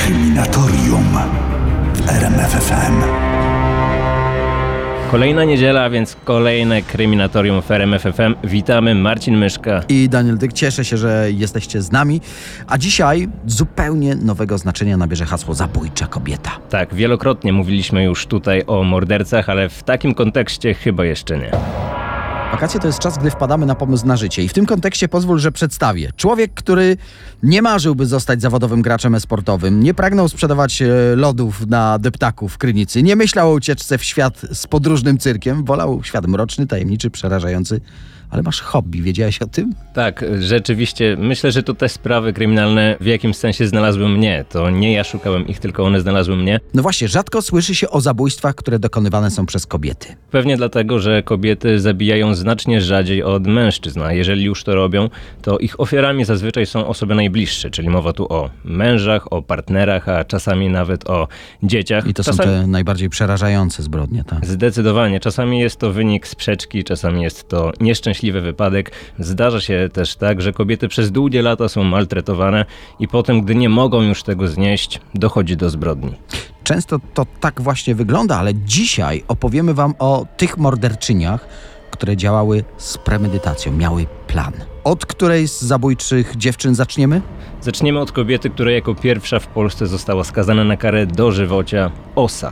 Kryminatorium w RMF FM. Kolejna niedziela, a więc kolejne Kryminatorium w RMF FM. Witamy, Marcin Myszka i Daniel Dyk. Cieszę się, że jesteście z nami. A dzisiaj zupełnie nowego znaczenia nabierze hasło zabójcza kobieta. Tak, wielokrotnie mówiliśmy już tutaj o mordercach, ale w takim kontekście chyba jeszcze nie. Wakacje to jest czas, gdy wpadamy na pomysł na życie i w tym kontekście pozwól, że przedstawię. Człowiek, który nie marzyłby zostać zawodowym graczem e-sportowym, nie pragnął sprzedawać lodów na deptaku w Krynicy, nie myślał o ucieczce w świat z podróżnym cyrkiem, wolał świat mroczny, tajemniczy, przerażający. Ale masz hobby, wiedziałeś o tym? Tak, rzeczywiście. Myślę, że to te sprawy kryminalne w jakimś sensie znalazły mnie. To nie ja szukałem ich, tylko one znalazły mnie. No właśnie, rzadko słyszy się o zabójstwach, które dokonywane są przez kobiety. Pewnie dlatego, że kobiety zabijają znacznie rzadziej od mężczyzn, a jeżeli już to robią, to ich ofiarami zazwyczaj są osoby najbliższe, czyli mowa tu o mężach, o partnerach, a czasami nawet o dzieciach. I to są te najbardziej przerażające zbrodnie, tak? Zdecydowanie. Czasami jest to wynik sprzeczki, czasami jest to nieszczęśliwy wypadek. Zdarza się też tak, że kobiety przez długie lata są maltretowane i potem, gdy nie mogą już tego znieść, dochodzi do zbrodni. Często to tak właśnie wygląda, ale dzisiaj opowiemy wam o tych morderczyniach, które działały z premedytacją, miały plan. Od której z zabójczych dziewczyn zaczniemy? Zaczniemy od kobiety, która jako pierwsza w Polsce została skazana na karę dożywocia, Osa.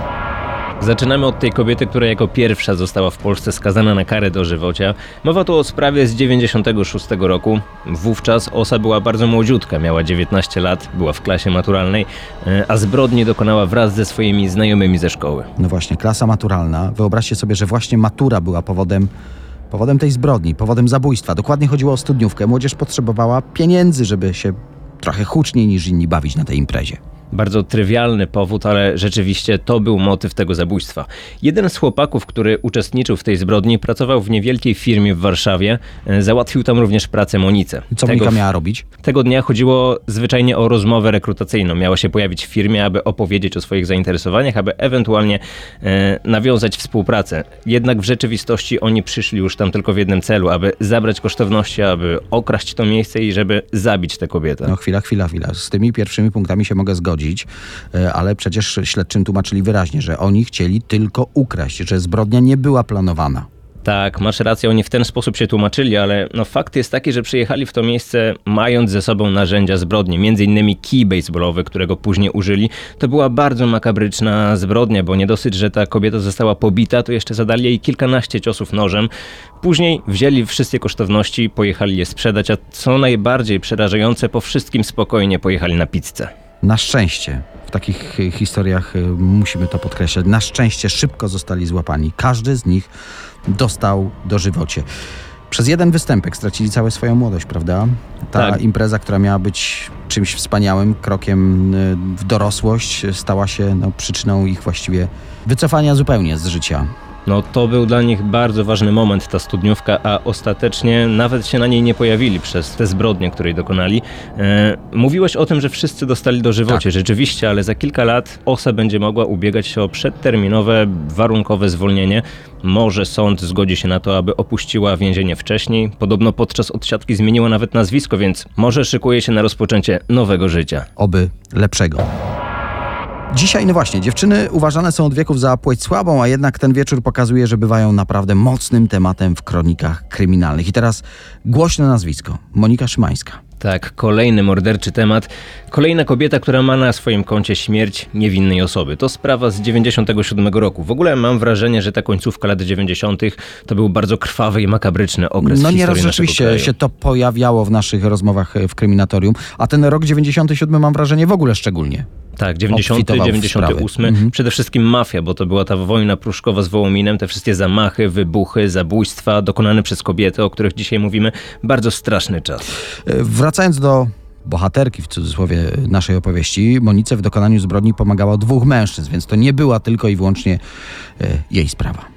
Zaczynamy od tej kobiety, która jako pierwsza została w Polsce skazana na karę dożywocia. Mowa tu o sprawie z 96 roku. Wówczas Osa była bardzo młodziutka, miała 19 lat, była w klasie maturalnej, a zbrodni dokonała wraz ze swoimi znajomymi ze szkoły. No właśnie, klasa maturalna. Wyobraźcie sobie, że właśnie matura była powodem tej zbrodni, powodem zabójstwa. Dokładnie chodziło o studniówkę. Młodzież potrzebowała pieniędzy, żeby się trochę huczniej niż inni bawić na tej imprezie. Bardzo trywialny powód, ale rzeczywiście to był motyw tego zabójstwa. Jeden z chłopaków, który uczestniczył w tej zbrodni, pracował w niewielkiej firmie w Warszawie. Załatwił tam również pracę Monice. Co Monika miała robić? Tego dnia chodziło zwyczajnie o rozmowę rekrutacyjną. Miała się pojawić w firmie, aby opowiedzieć o swoich zainteresowaniach, aby ewentualnie nawiązać współpracę. Jednak w rzeczywistości oni przyszli już tam tylko w jednym celu, aby zabrać kosztowności, aby okraść to miejsce i żeby zabić tę kobietę. No chwila. Z tymi pierwszymi punktami się mogę zgodzić. Ale przecież śledczym tłumaczyli wyraźnie, że oni chcieli tylko ukraść, że zbrodnia nie była planowana. Tak, masz rację, oni w ten sposób się tłumaczyli, ale fakt jest taki, że przyjechali w to miejsce mając ze sobą narzędzia zbrodni, między innymi kij baseballowy, którego później użyli. To była bardzo makabryczna zbrodnia, bo nie dosyć, że ta kobieta została pobita, to jeszcze zadali jej kilkanaście ciosów nożem. Później wzięli wszystkie kosztowności, pojechali je sprzedać, a co najbardziej przerażające, po wszystkim spokojnie pojechali na pizzę. Na szczęście, w takich historiach musimy to podkreślać, na szczęście szybko zostali złapani. Każdy z nich dostał dożywocie. Przez jeden występek stracili całą swoją młodość, prawda? Ta impreza, która miała być czymś wspaniałym, krokiem w dorosłość, stała się przyczyną ich właściwie wycofania zupełnie z życia. To był dla nich bardzo ważny moment, ta studniówka, a ostatecznie nawet się na niej nie pojawili przez te zbrodnie, której dokonali. Mówiłeś o tym, że wszyscy dostali dożywocie. Tak. Rzeczywiście, ale za kilka lat Osa będzie mogła ubiegać się o przedterminowe, warunkowe zwolnienie. Może sąd zgodzi się na to, aby opuściła więzienie wcześniej. Podobno podczas odsiadki zmieniła nawet nazwisko, więc może szykuje się na rozpoczęcie nowego życia. Oby lepszego. Dzisiaj, właśnie, dziewczyny uważane są od wieków za płeć słabą, a jednak ten wieczór pokazuje, że bywają naprawdę mocnym tematem w kronikach kryminalnych. I teraz głośne nazwisko. Monika Szymańska. Tak, kolejny morderczy temat. Kolejna kobieta, która ma na swoim koncie śmierć niewinnej osoby. To sprawa z 97 roku. W ogóle mam wrażenie, że ta końcówka lat 90. to był bardzo krwawy i makabryczny okres w historii nieraz naszego rzeczywiście kraju. się to pojawiało w naszych rozmowach w kryminatorium, a ten rok 97 mam wrażenie w ogóle szczególnie. Tak, 90, 98, przede wszystkim mafia, bo to była ta wojna pruszkowa z Wołominem, te wszystkie zamachy, wybuchy, zabójstwa dokonane przez kobiety, o których dzisiaj mówimy. Bardzo straszny czas. Wracając do bohaterki, w cudzysłowie, naszej opowieści, Monice w dokonaniu zbrodni pomagało dwóch mężczyzn, więc to nie była tylko i wyłącznie jej sprawa.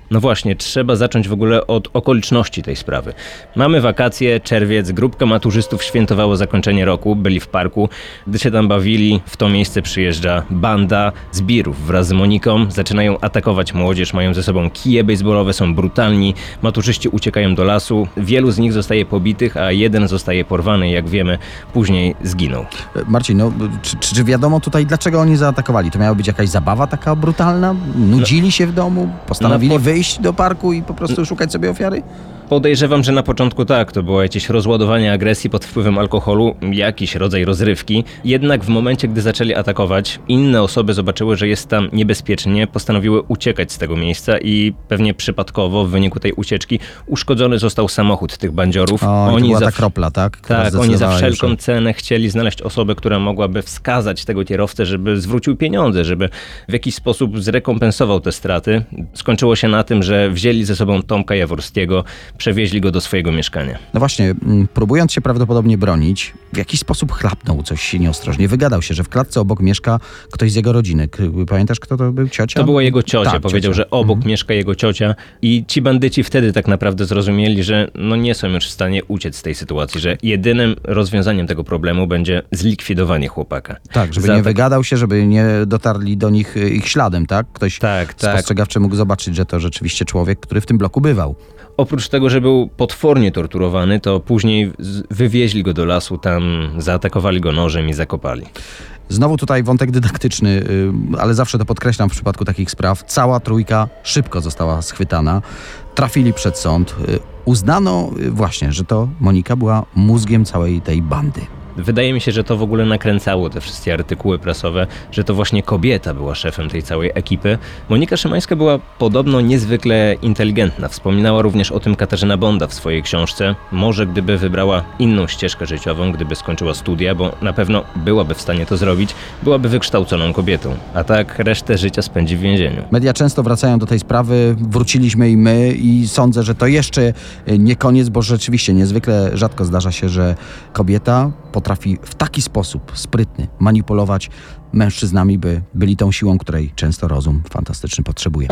No właśnie, trzeba zacząć w ogóle od okoliczności tej sprawy. Mamy wakacje, czerwiec, grupka maturzystów świętowało zakończenie roku, byli w parku. Gdy się tam bawili, w to miejsce przyjeżdża banda zbirów wraz z Moniką. Zaczynają atakować młodzież, mają ze sobą kije baseballowe, są brutalni. Maturzyści uciekają do lasu, wielu z nich zostaje pobitych, a jeden zostaje porwany, jak wiemy, później zginął. Marcin, no, czy wiadomo tutaj, dlaczego oni zaatakowali? To miała być jakaś zabawa taka brutalna? Nudzili się w domu? Postanowili wyjść do parku i po prostu szukać sobie ofiary? Podejrzewam, że na początku tak, to było jakieś rozładowanie agresji pod wpływem alkoholu, jakiś rodzaj rozrywki. Jednak w momencie, gdy zaczęli atakować, inne osoby zobaczyły, że jest tam niebezpiecznie, postanowiły uciekać z tego miejsca i pewnie przypadkowo w wyniku tej ucieczki uszkodzony został samochód tych bandziorów. To była ta kropla, tak? Tak, oni za wszelką cenę chcieli znaleźć osobę, która mogłaby wskazać tego kierowcę, żeby zwrócił pieniądze, żeby w jakiś sposób zrekompensował te straty. Skończyło się na tym, że wzięli ze sobą Tomka Jaworskiego, przewieźli go do swojego mieszkania. No właśnie, próbując się prawdopodobnie bronić, w jakiś sposób chlapnął coś nieostrożnie. Wygadał się, że w klatce obok mieszka ktoś z jego rodziny. Pamiętasz, kto to był? Ciocia? To była jego ciocia. Tak, powiedział, ciocia. Że obok mieszka jego ciocia i ci bandyci wtedy tak naprawdę zrozumieli, że nie są już w stanie uciec z tej sytuacji, że jedynym rozwiązaniem tego problemu będzie zlikwidowanie chłopaka. Tak, żeby nie wygadał się, żeby nie dotarli do nich ich śladem, tak? Ktoś spostrzegawczy mógł zobaczyć, że to rzeczywiście człowiek, który w tym bloku bywał. Oprócz tego, że był potwornie torturowany, to później wywieźli go do lasu, tam zaatakowali go nożem i zakopali. Znowu tutaj wątek dydaktyczny, ale zawsze to podkreślam w przypadku takich spraw. Cała trójka szybko została schwytana, trafili przed sąd. Uznano właśnie, że to Monika była mózgiem całej tej bandy. Wydaje mi się, że to w ogóle nakręcało te wszystkie artykuły prasowe, że to właśnie kobieta była szefem tej całej ekipy. Monika Szymańska była podobno niezwykle inteligentna. Wspominała również o tym Katarzyna Bonda w swojej książce. Może gdyby wybrała inną ścieżkę życiową, gdyby skończyła studia, bo na pewno byłaby w stanie to zrobić, byłaby wykształconą kobietą. A tak resztę życia spędzi w więzieniu. Media często wracają do tej sprawy, wróciliśmy i my i sądzę, że to jeszcze nie koniec, bo rzeczywiście niezwykle rzadko zdarza się, że kobieta potrafi w taki sposób sprytny manipulować mężczyznami, by byli tą siłą, której często rozum fantastyczny potrzebuje.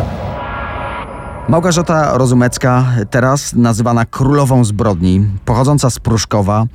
Małgorzata Rozumecka, teraz nazywana królową zbrodni, pochodząca z Pruszkowa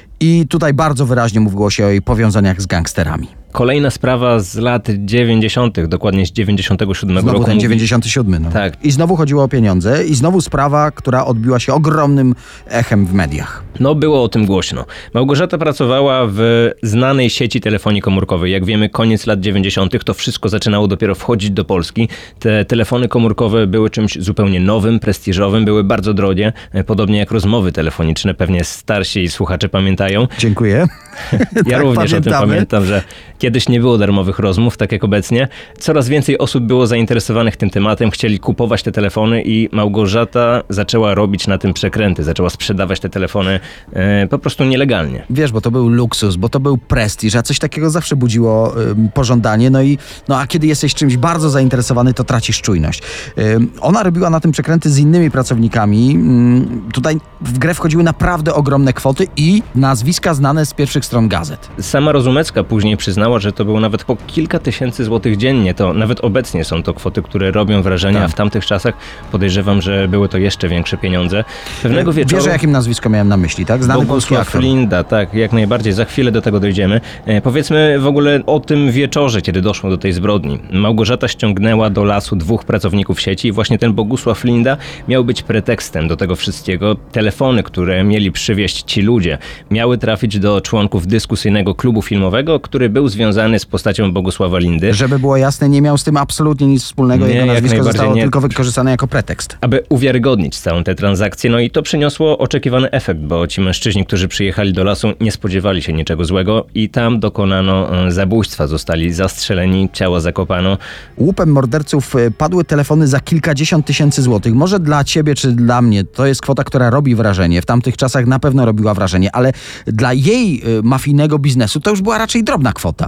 i tutaj bardzo wyraźnie mówiło się o jej powiązaniach z gangsterami. Kolejna sprawa z lat 90., dokładnie z 97 roku. Znowu ten 97. No. Tak. I znowu chodziło o pieniądze i znowu sprawa, która odbiła się ogromnym echem w mediach. Było o tym głośno. Małgorzata pracowała w znanej sieci telefonii komórkowej. Jak wiemy, koniec lat 90. to wszystko zaczynało dopiero wchodzić do Polski. Te telefony komórkowe były czymś zupełnie nowym, prestiżowym, były bardzo drogie, podobnie jak rozmowy telefoniczne. Pewnie starsi słuchacze pamiętają. Dziękuję. Ja tak, również o tym pamiętam, że kiedyś nie było darmowych rozmów, tak jak obecnie. Coraz więcej osób było zainteresowanych tym tematem, chcieli kupować te telefony i Małgorzata zaczęła robić na tym przekręty, zaczęła sprzedawać te telefony po prostu nielegalnie. Wiesz, bo to był luksus, bo to był prestiż, a coś takiego zawsze budziło pożądanie, a kiedy jesteś czymś bardzo zainteresowany, to tracisz czujność. Ona robiła na tym przekręty z innymi pracownikami. Tutaj w grę wchodziły naprawdę ogromne kwoty i nazwiska znane z pierwszych stron gazet. Sama Rozumecka później przyznała, że to było nawet po kilka tysięcy złotych dziennie. To nawet obecnie są to kwoty, które robią wrażenie, a w tamtych czasach podejrzewam, że były to jeszcze większe pieniądze. Pewnego wieczoru... Wiesz, o jakim nazwisko miałem na myśli, tak? Znany polski aktor. Flinda, tak, jak najbardziej. Za chwilę do tego dojdziemy. Powiedzmy w ogóle o tym wieczorze, kiedy doszło do tej zbrodni. Małgorzata ściągnęła do lasu 2 pracowników sieci i właśnie ten Bogusław Flinda miał być pretekstem do tego wszystkiego. Telefony, które mieli przywieźć ci ludzie, miały trafić do członków dyskusyjnego klubu filmowego, który był związany z postacią Bogusława Lindy. Żeby było jasne, nie miał z tym absolutnie nic wspólnego. Jego nazwisko zostało tylko wykorzystane jako pretekst. Aby uwiarygodnić całą tę transakcję, i to przyniosło oczekiwany efekt, bo ci mężczyźni, którzy przyjechali do lasu, nie spodziewali się niczego złego i tam dokonano zabójstwa. Zostali zastrzeleni, ciała zakopano. Łupem morderców padły telefony za kilkadziesiąt tysięcy złotych. Może dla ciebie czy dla mnie to jest kwota, która robi wrażenie. W tamtych czasach na pewno robiła wrażenie, ale dla jej mafijnego biznesu to już była raczej drobna kwota.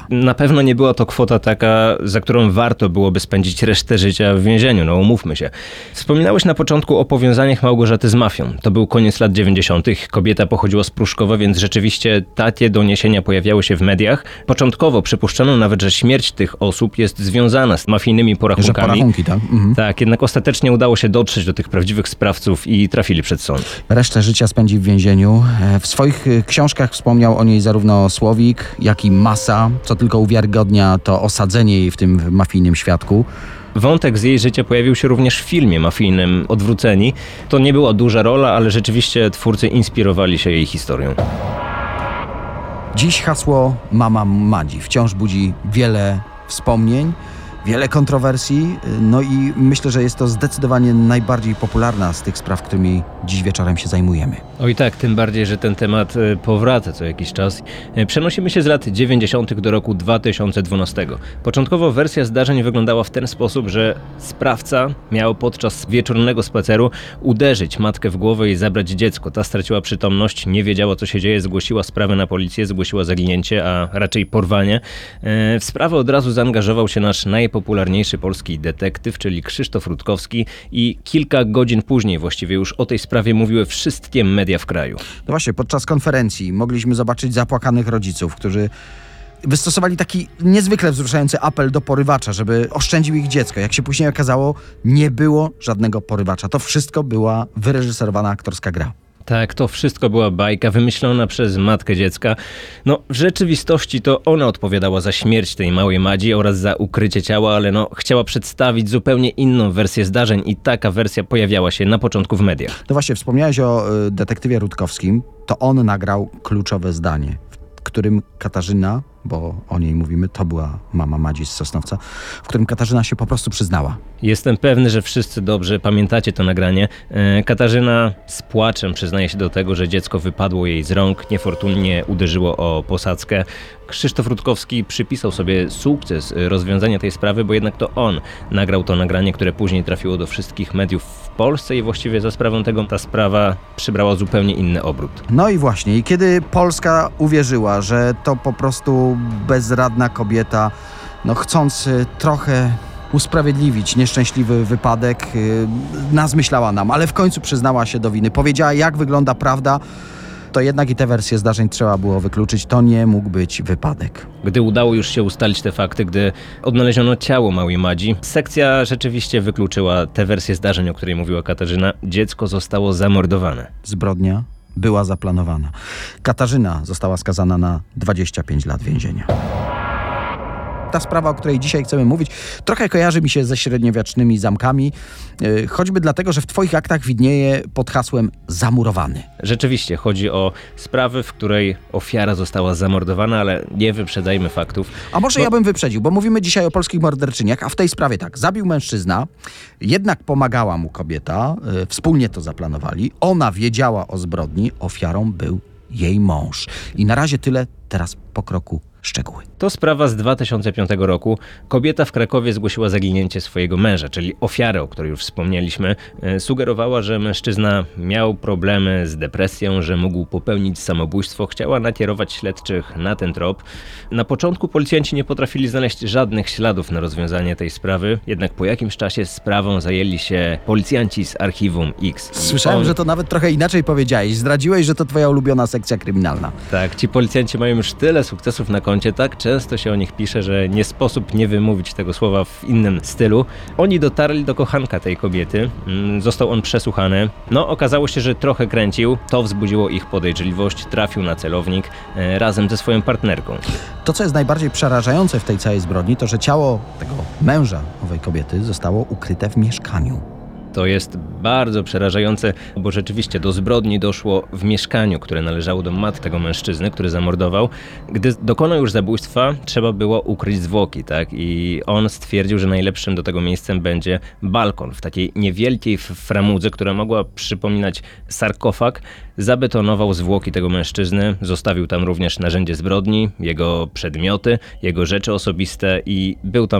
kwota. Na pewno nie była to kwota taka, za którą warto byłoby spędzić resztę życia w więzieniu, no umówmy się. Wspominałeś na początku o powiązaniach Małgorzaty z mafią. To był koniec lat 90. Kobieta pochodziła z Pruszkowa, więc rzeczywiście takie doniesienia pojawiały się w mediach. Początkowo przypuszczano nawet, że śmierć tych osób jest związana z mafijnymi porachunkami. Że porachunki, tak? Mhm. Tak, jednak ostatecznie udało się dotrzeć do tych prawdziwych sprawców i trafili przed sąd. Resztę życia spędzi w więzieniu. W swoich książkach wspomniał o niej zarówno Słowik, jak i Masa. Co tylko uwiarygodnia to osadzenie jej w tym mafijnym świadku. Wątek z jej życia pojawił się również w filmie mafijnym Odwróceni. To nie była duża rola, ale rzeczywiście twórcy inspirowali się jej historią. Dziś hasło Mama Madzi wciąż budzi wiele wspomnień, wiele kontrowersji, no i myślę, że jest to zdecydowanie najbardziej popularna z tych spraw, którymi dziś wieczorem się zajmujemy. Oj tak, tym bardziej, że ten temat powraca co jakiś czas. Przenosimy się z lat 90. do roku 2012. Początkowo wersja zdarzeń wyglądała w ten sposób, że sprawca miał podczas wieczornego spaceru uderzyć matkę w głowę i zabrać dziecko. Ta straciła przytomność, nie wiedziała co się dzieje, zgłosiła sprawę na policję, zgłosiła zaginięcie, a raczej porwanie. W sprawę od razu zaangażował się nasz najpopularniejszy polski detektyw, czyli Krzysztof Rutkowski, i kilka godzin później właściwie już o tej sprawie mówiły wszystkie media w kraju. No właśnie, podczas konferencji mogliśmy zobaczyć zapłakanych rodziców, którzy wystosowali taki niezwykle wzruszający apel do porywacza, żeby oszczędził ich dziecko. Jak się później okazało, nie było żadnego porywacza. To wszystko była wyreżyserowana aktorska gra. Tak, to wszystko była bajka wymyślona przez matkę dziecka. No, w rzeczywistości to ona odpowiadała za śmierć tej małej Madzi oraz za ukrycie ciała, ale chciała przedstawić zupełnie inną wersję zdarzeń i taka wersja pojawiała się na początku w mediach. No właśnie, wspomniałeś o detektywie Rutkowskim. To on nagrał kluczowe zdanie, w którym Katarzyna, bo o niej mówimy, to była mama Madzi z Sosnowca, w którym Katarzyna się po prostu przyznała. Jestem pewny, że wszyscy dobrze pamiętacie to nagranie. Katarzyna z płaczem przyznaje się do tego, że dziecko wypadło jej z rąk, niefortunnie uderzyło o posadzkę. Krzysztof Rutkowski przypisał sobie sukces rozwiązania tej sprawy, bo jednak to on nagrał to nagranie, które później trafiło do wszystkich mediów w Polsce i właściwie za sprawą tego ta sprawa przybrała zupełnie inny obrót. No i właśnie, i kiedy Polska uwierzyła, że to po prostu bezradna kobieta, chcąc trochę usprawiedliwić nieszczęśliwy wypadek, nazmyślała nam, ale w końcu przyznała się do winy. Powiedziała, jak wygląda prawda, to jednak i tę wersję zdarzeń trzeba było wykluczyć. To nie mógł być wypadek. Gdy udało już się ustalić te fakty, gdy odnaleziono ciało małej Madzi, sekcja rzeczywiście wykluczyła tę wersję zdarzeń, o której mówiła Katarzyna. Dziecko zostało zamordowane. Zbrodnia była zaplanowana. Katarzyna została skazana na 25 lat więzienia. Ta sprawa, o której dzisiaj chcemy mówić, trochę kojarzy mi się ze średniowiecznymi zamkami, choćby dlatego, że w twoich aktach widnieje pod hasłem zamurowany. Rzeczywiście chodzi o sprawę, w której ofiara została zamordowana, ale nie wyprzedzajmy faktów. A może ja bym wyprzedził, bo mówimy dzisiaj o polskich morderczyniach, a w tej sprawie tak, zabił mężczyzna, jednak pomagała mu kobieta, wspólnie to zaplanowali, ona wiedziała o zbrodni, ofiarą był jej mąż. I na razie tyle, teraz po kroku szczegóły. To sprawa z 2005 roku. Kobieta w Krakowie zgłosiła zaginięcie swojego męża, czyli ofiarę, o której już wspomnieliśmy. Sugerowała, że mężczyzna miał problemy z depresją, że mógł popełnić samobójstwo. Chciała nakierować śledczych na ten trop. Na początku policjanci nie potrafili znaleźć żadnych śladów na rozwiązanie tej sprawy, jednak po jakimś czasie sprawą zajęli się policjanci z Archiwum X. Słyszałem, że to nawet trochę inaczej powiedziałeś. Zdradziłeś, że to twoja ulubiona sekcja kryminalna. Tak, ci policjanci mają już tyle sukcesów na koncie, tak często się o nich pisze, że nie sposób nie wymówić tego słowa w innym stylu. Oni dotarli do kochanka tej kobiety, został on przesłuchany. Okazało się, że trochę kręcił, to wzbudziło ich podejrzliwość, trafił na celownik razem ze swoją partnerką. To, co jest najbardziej przerażające w tej całej zbrodni, to, że ciało tego męża owej kobiety zostało ukryte w mieszkaniu. To jest bardzo przerażające, bo rzeczywiście do zbrodni doszło w mieszkaniu, które należało do matki tego mężczyzny, który zamordował. Gdy dokonał już zabójstwa, trzeba było ukryć zwłoki, tak? I on stwierdził, że najlepszym do tego miejscem będzie balkon w takiej niewielkiej framudze, która mogła przypominać sarkofag. Zabetonował zwłoki tego mężczyzny, zostawił tam również narzędzie zbrodni, jego przedmioty, jego rzeczy osobiste i był tam przez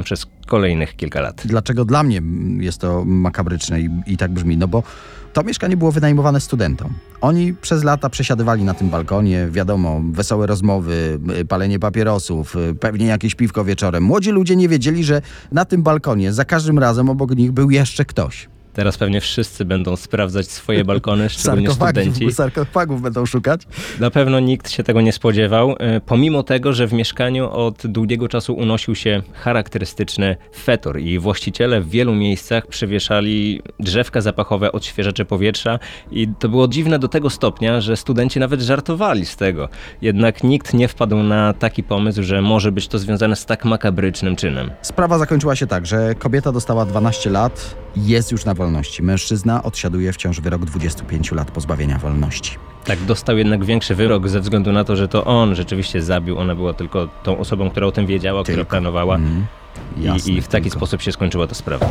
kolejnych kilka lat. Dlaczego dla mnie jest to makabryczne i tak brzmi? No bo to mieszkanie było wynajmowane studentom. Oni przez lata przesiadywali na tym balkonie, wiadomo, wesołe rozmowy, palenie papierosów, pewnie jakieś piwko wieczorem. Młodzi ludzie nie wiedzieli, że na tym balkonie za każdym razem obok nich był jeszcze ktoś. Teraz pewnie wszyscy będą sprawdzać swoje balkony, szczególnie studenci. Sarkofagów będą szukać. Na pewno nikt się tego nie spodziewał, pomimo tego, że w mieszkaniu od długiego czasu unosił się charakterystyczny fetor i właściciele w wielu miejscach przywieszali drzewka zapachowe, odświeżacze powietrza i to było dziwne do tego stopnia, że studenci nawet żartowali z tego. Jednak nikt nie wpadł na taki pomysł, że może być to związane z tak makabrycznym czynem. Sprawa zakończyła się tak, że kobieta dostała 12 lat, jest już na wolności. Mężczyzna odsiaduje wciąż wyrok 25 lat pozbawienia wolności. Tak, dostał jednak większy wyrok ze względu na to, że to on rzeczywiście zabił. Ona była tylko tą osobą, która o tym wiedziała, która planowała. Jasne, I w taki sposób się skończyła ta sprawa.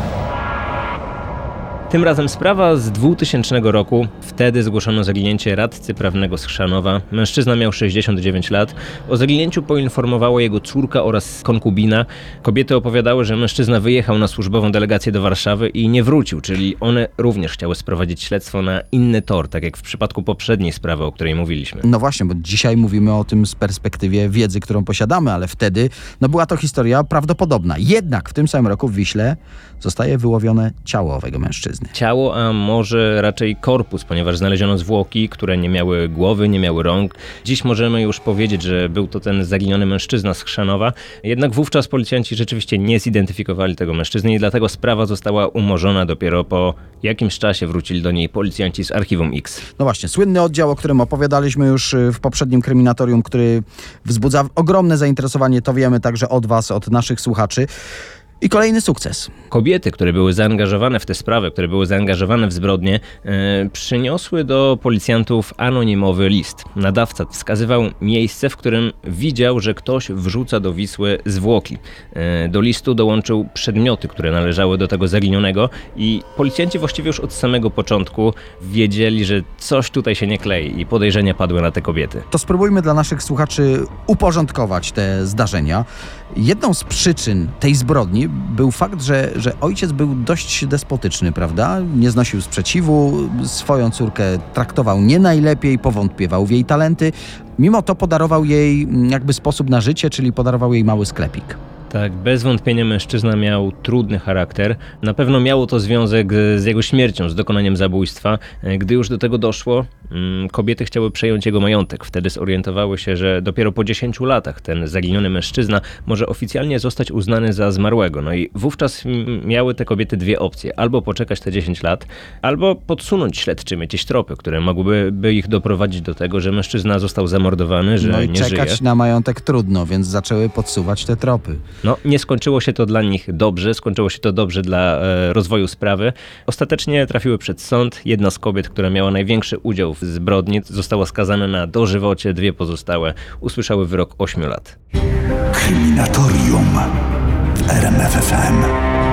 Tym razem sprawa z 2000 roku. Wtedy zgłoszono zaginięcie radcy prawnego z Chrzanowa. Mężczyzna miał 69 lat. O zaginięciu poinformowała jego córka oraz konkubina. Kobiety opowiadały, że mężczyzna wyjechał na służbową delegację do Warszawy i nie wrócił, czyli one również chciały sprowadzić śledztwo na inny tor, tak jak w przypadku poprzedniej sprawy, o której mówiliśmy. No właśnie, bo dzisiaj mówimy o tym z perspektywie wiedzy, którą posiadamy, ale wtedy była to historia prawdopodobna. Jednak w tym samym roku w Wiśle zostaje wyłowione ciało owego mężczyzny. Ciało, a może raczej korpus, ponieważ znaleziono zwłoki, które nie miały głowy, nie miały rąk. Dziś możemy już powiedzieć, że był to ten zaginiony mężczyzna z Chrzanowa. Jednak wówczas policjanci rzeczywiście nie zidentyfikowali tego mężczyzny i dlatego sprawa została umorzona. Dopiero po jakimś czasie wrócili do niej policjanci z Archiwum X. No właśnie, słynny oddział, o którym opowiadaliśmy już w poprzednim kryminatorium, który wzbudza ogromne zainteresowanie, to wiemy także od was, od naszych słuchaczy. I kolejny sukces. Kobiety, które były zaangażowane w tę sprawę, które były zaangażowane w zbrodnię, przyniosły do policjantów anonimowy list. Nadawca wskazywał miejsce, w którym widział, że ktoś wrzuca do Wisły zwłoki. Do listu dołączył przedmioty, które należały do tego zaginionego i policjanci właściwie już od samego początku wiedzieli, że coś tutaj się nie klei i podejrzenia padły na te kobiety. To spróbujmy dla naszych słuchaczy uporządkować te zdarzenia. Jedną z przyczyn tej zbrodni był fakt, że ojciec był dość despotyczny, prawda? Nie znosił sprzeciwu, swoją córkę traktował nie najlepiej, powątpiewał w jej talenty. Mimo to podarował jej jakby sposób na życie, czyli podarował jej mały sklepik. Tak, bez wątpienia mężczyzna miał trudny charakter. Na pewno miało to związek z jego śmiercią, z dokonaniem zabójstwa. Gdy już do tego doszło, kobiety chciały przejąć jego majątek. Wtedy zorientowały się, że dopiero po 10 latach ten zaginiony mężczyzna może oficjalnie zostać uznany za zmarłego. No i wówczas miały te kobiety dwie opcje. Albo poczekać te 10 lat, albo podsunąć śledczym jakieś tropy, które mogłyby ich doprowadzić do tego, że mężczyzna został zamordowany, że no i nie żyje. czekać na majątek trudno, więc zaczęły podsuwać te tropy. No, nie skończyło się to dla nich dobrze, skończyło się to dobrze dla rozwoju sprawy. Ostatecznie trafiły przed sąd. Jedna z kobiet, która miała największy udział w zbrodni, została skazana na dożywocie, dwie pozostałe usłyszały wyrok 8 lat. Kryminatorium w RMF FM.